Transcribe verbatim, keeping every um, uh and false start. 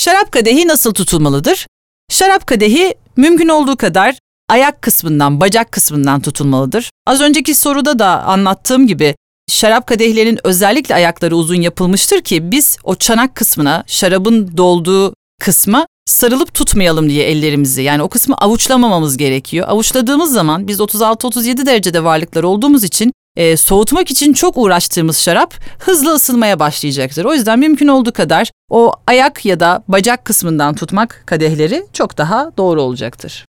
Şarap kadehi nasıl tutulmalıdır? Şarap kadehi mümkün olduğu kadar ayak kısmından, bacak kısmından tutulmalıdır. Az önceki soruda da anlattığım gibi şarap kadehlerinin özellikle ayakları uzun yapılmıştır ki biz o çanak kısmına, şarabın dolduğu kısma sarılıp tutmayalım diye ellerimizi. Yani o kısmı avuçlamamamız gerekiyor. Avuçladığımız zaman biz otuz altı otuz yedi derecede varlıklar olduğumuz için e, soğutmak için çok uğraştığımız şarap hızlı ısınmaya başlayacaktır. O yüzden mümkün olduğu kadar o ayak ya da bacak kısmından tutmak kadehleri çok daha doğru olacaktır.